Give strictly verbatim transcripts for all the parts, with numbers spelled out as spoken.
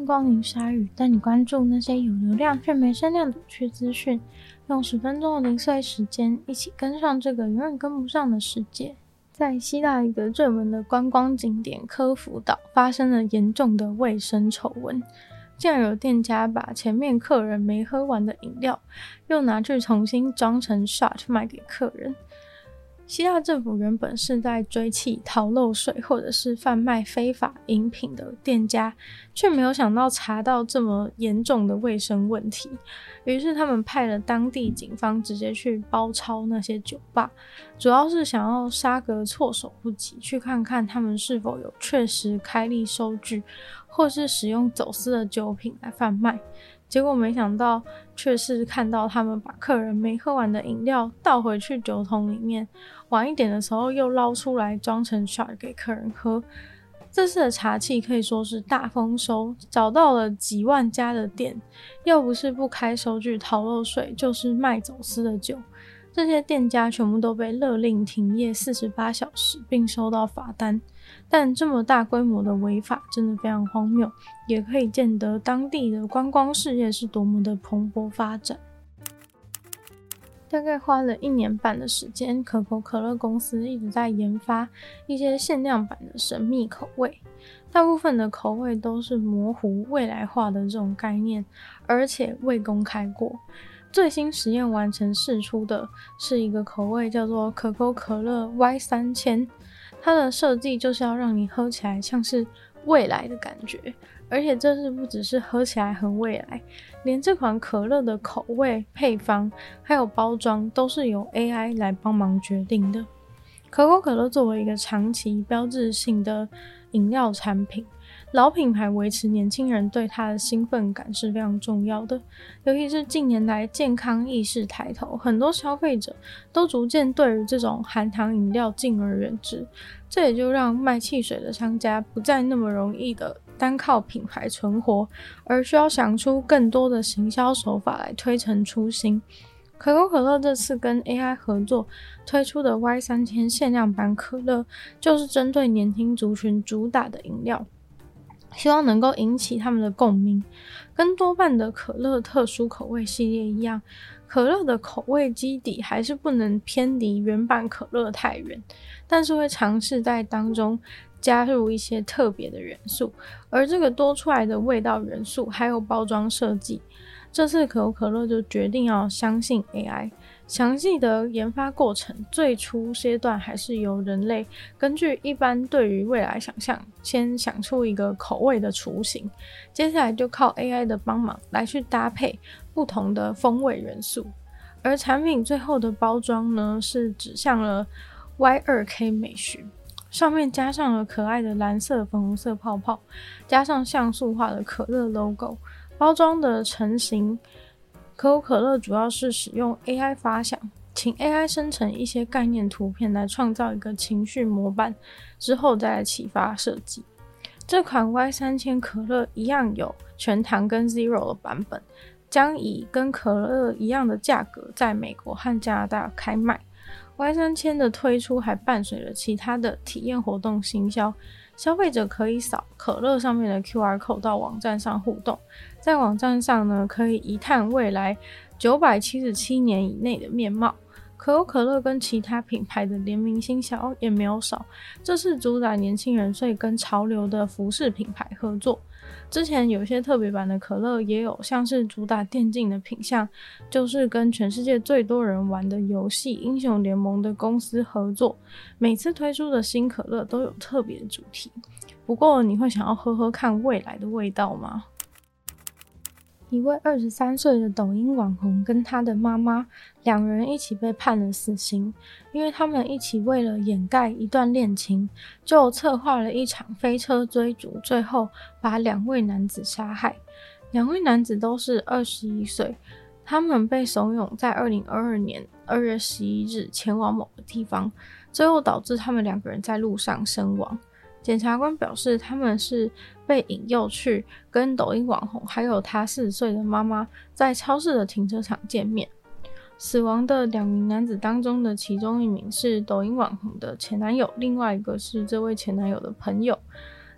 光临鲨鱼，带你关注那些有流量却没声量的有趣资讯，用十分钟的零碎时间，一起跟上这个永远跟不上的世界。在希腊一个热门的观光景点科孚岛，发生了严重的卫生丑闻，竟然有店家把前面客人没喝完的饮料，又拿去重新装成 shot 卖给客人。希腊政府原本是在追缉逃漏税或者是贩卖非法饮品的店家，却没有想到查到这么严重的卫生问题，于是他们派了当地警方直接去包抄那些酒吧，主要是想要杀个措手不及，去看看他们是否有确实开立收据，或是使用走私的酒品来贩卖。结果没想到却是看到他们把客人没喝完的饮料倒回去酒桶里面，晚一点的时候又捞出来装成 shot 给客人喝。这次的查缉可以说是大丰收，找到了几万家的店，要不是不开收据逃漏税，就是卖走私的酒。这些店家全部都被勒令停业四十八小时，并收到罚单。但这么大规模的违法真的非常荒谬，也可以见得当地的观光事业是多么的蓬勃发展。大概花了一年半的时间，可口可乐公司一直在研发一些限量版的神秘口味，大部分的口味都是模糊未来化的这种概念，而且未公开过。最新实验完成释出的是一个口味叫做可口可乐 Y 三千， 它的设计就是要让你喝起来像是未来的感觉，而且这是不只是喝起来很未来，连这款可乐的口味、配方还有包装都是由 A I 来帮忙决定的。可口可乐作为一个长期标志性的饮料产品，老品牌维持年轻人对它的兴奋感是非常重要的，尤其是近年来健康意识抬头，很多消费者都逐渐对于这种含糖饮料敬而远之，这也就让卖汽水的商家不再那么容易的单靠品牌存活，而需要想出更多的行销手法来推陈出新。可口可乐这次跟 A I 合作推出的 Y 三千 限量版可乐，就是针对年轻族群主打的饮料，希望能够引起他们的共鸣。跟多半的可乐特殊口味系列一样，可乐的口味基底还是不能偏离原版可乐太远，但是会尝试在当中加入一些特别的元素，而这个多出来的味道元素还有包装设计，这次可口可乐就决定要相信 A I。 详细的研发过程最初阶段还是由人类根据一般对于未来想象，先想出一个口味的雏形，接下来就靠 A I 的帮忙来去搭配不同的风味元素。而产品最后的包装呢，是指向了 Y 二 K 美学，上面加上了可爱的蓝色粉红色泡泡，加上像素化的可乐 logo。 包装的成型，可口可乐主要是使用 A I 发想，请 A I 生成一些概念图片来创造一个情绪模板，之后再来启发设计。这款 Y 三千 可乐一样有全糖跟 Zero 的版本，将以跟可乐一样的价格在美国和加拿大开卖。Y 三千 的推出还伴随了其他的体验活动行销，消费者可以扫可乐上面的 Q R code 到网站上互动，在网站上呢，可以一探未来九百七十七年以内的面貌。可口可乐跟其他品牌的联名行销也没有少，这是主打年轻人，所以跟潮流的服饰品牌合作。之前有些特别版的可乐也有像是主打电竞的品项，就是跟全世界最多人玩的游戏英雄联盟的公司合作，每次推出的新可乐都有特别的主题。不过你会想要喝喝看未来的味道吗？一位二十三岁的抖音网红跟他的妈妈两人一起被判了死刑，因为他们一起为了掩盖一段恋情，就策划了一场飞车追逐，最后把两位男子杀害。两位男子都是二十一岁，他们被怂恿在二零二二年二月十一日前往某个地方，最后导致他们两个人在路上身亡。检察官表示，他们是被引诱去跟抖音网红还有他四十岁的妈妈在超市的停车场见面。死亡的两名男子当中的其中一名是抖音网红的前男友，另外一个是这位前男友的朋友。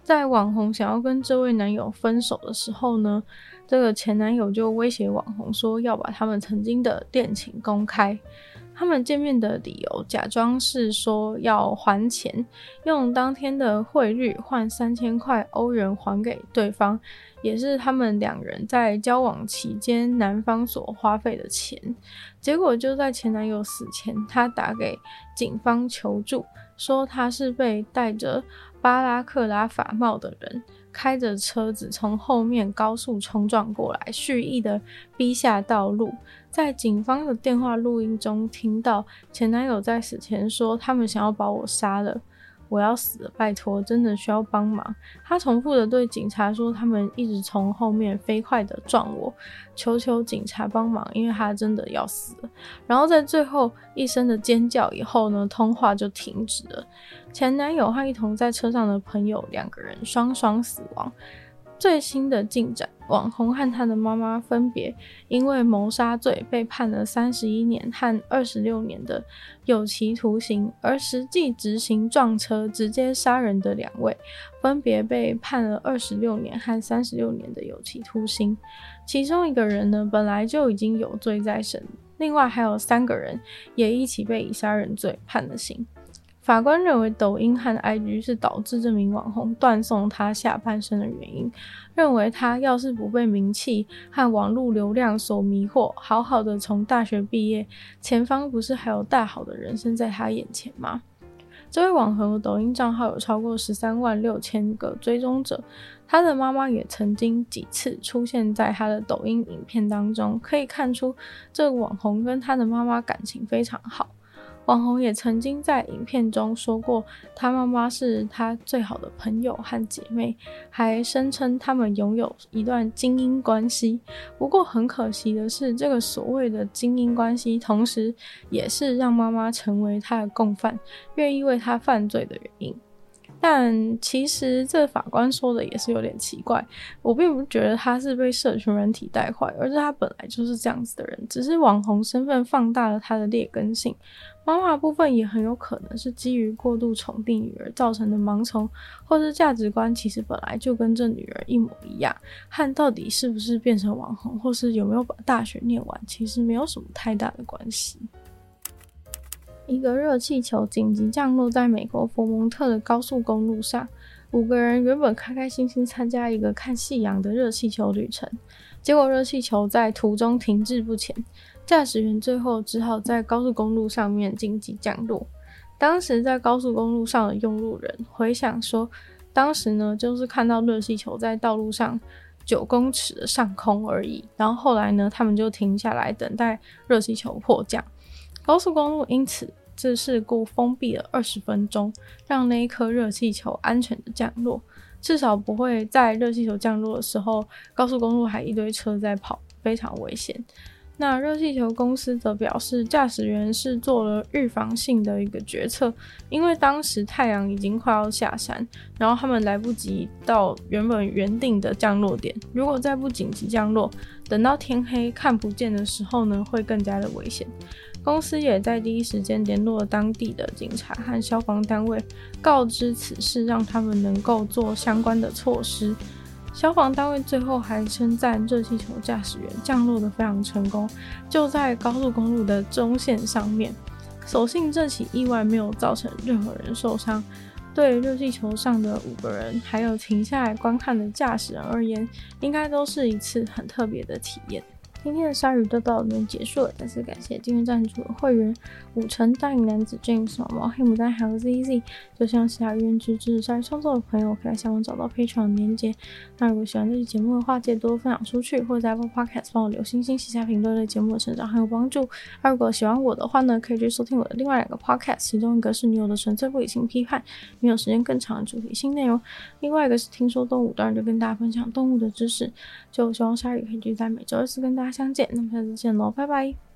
在网红想要跟这位男友分手的时候呢，这个前男友就威胁网红说要把他们曾经的恋情公开。他们见面的理由假装是说要还钱，用当天的汇率换三千块欧元还给对方，也是他们两人在交往期间男方所花费的钱。结果就在前男友死前，他打给警方求助，说他是被戴着巴拉克拉法帽的人开着车子从后面高速冲撞过来，蓄意的逼下道路。在警方的电话录音中听到前男友在死前说，他们想要把我杀了，我要死了，拜托，真的需要帮忙。他重复的对警察说，他们一直从后面飞快的撞我，求求警察帮忙，因为他真的要死了。然后在最后一声的尖叫以后呢，通话就停止了。前男友和一同在车上的朋友两个人双双死亡。最新的进展，网红和他的妈妈分别因为谋杀罪被判了三十一年和二十六年的有期徒刑，而实际执行撞车直接杀人的两位分别被判了二十六年和三十六年的有期徒刑。其中一个人呢，本来就已经有罪在身，另外还有三个人也一起被以杀人罪判了刑。法官认为抖音和 I G 是导致这名网红断送他下半生的原因，认为他要是不被名气和网络流量所迷惑，好好的从大学毕业，前方不是还有大好的人生在他眼前吗？这位网红的抖音账号有超过十三万六千个追踪者，他的妈妈也曾经几次出现在他的抖音影片当中，可以看出这个网红跟他的妈妈感情非常好。网红也曾经在影片中说过，他妈妈是他最好的朋友和姐妹，还声称他们拥有一段精英关系。不过很可惜的是，这个所谓的精英关系，同时也是让妈妈成为他的共犯，愿意为他犯罪的原因。但其实这法官说的也是有点奇怪，我并不觉得他是被社群软体带坏，而是他本来就是这样子的人，只是网红身份放大了他的劣根性。妈妈的部分也很有可能是基于过度宠溺女儿造成的盲从，或是价值观其实本来就跟这女儿一模一样，和到底是不是变成网红，或是有没有把大学念完，其实没有什么太大的关系。一个热气球紧急降落在美国佛蒙特的高速公路上，五个人原本开开心心参加一个看夕阳的热气球旅程，结果热气球在途中停滞不前，驾驶员最后只好在高速公路上面紧急降落。当时在高速公路上的用路人回想说，当时呢就是看到热气球在道路上九公尺的上空而已，然后后来呢他们就停下来等待热气球迫降。高速公路因此这事故封闭了二十分钟，让那一颗热气球安全的降落，至少不会在热气球降落的时候高速公路还一堆车在跑，非常危险。那热气球公司则表示，驾驶员是做了预防性的一个决策，因为当时太阳已经快要下山，然后他们来不及到原本原定的降落点，如果再不紧急降落，等到天黑看不见的时候呢，会更加的危险。公司也在第一时间联络当地的警察和消防单位，告知此事，让他们能够做相关的措施。消防单位最后还称赞热气球驾驶员降落得非常成功，就在高速公路的中线上面。所幸这起意外没有造成任何人受伤，对热气球上的五个人还有停下来观看的驾驶人而言，应该都是一次很特别的体验。今天的鲨鱼就到这边结束了，再次感谢订阅赞助的会员五成大影男子 James、毛毛、黑牡丹还有 Z Z。就像鲨鱼原支持鲨鱼创作的朋友，可以在下方找到 Patreon 的连结。那如果喜欢这期节目的话，记得多多分享出去，或者在 Apple Podcast 帮我留星星、写下评论，对节目的成长很有帮助。那如果喜欢我的话呢，可以去收听我的另外两个 Podcast， 其中一个是女友的纯粹不理性批判，没有时间更长的主题性内容；另外一个是听说动物，当然就跟大家分享动物的知识。就希望鲨鱼可以继续在每周二次跟大家相见，那么下次见喽，拜拜。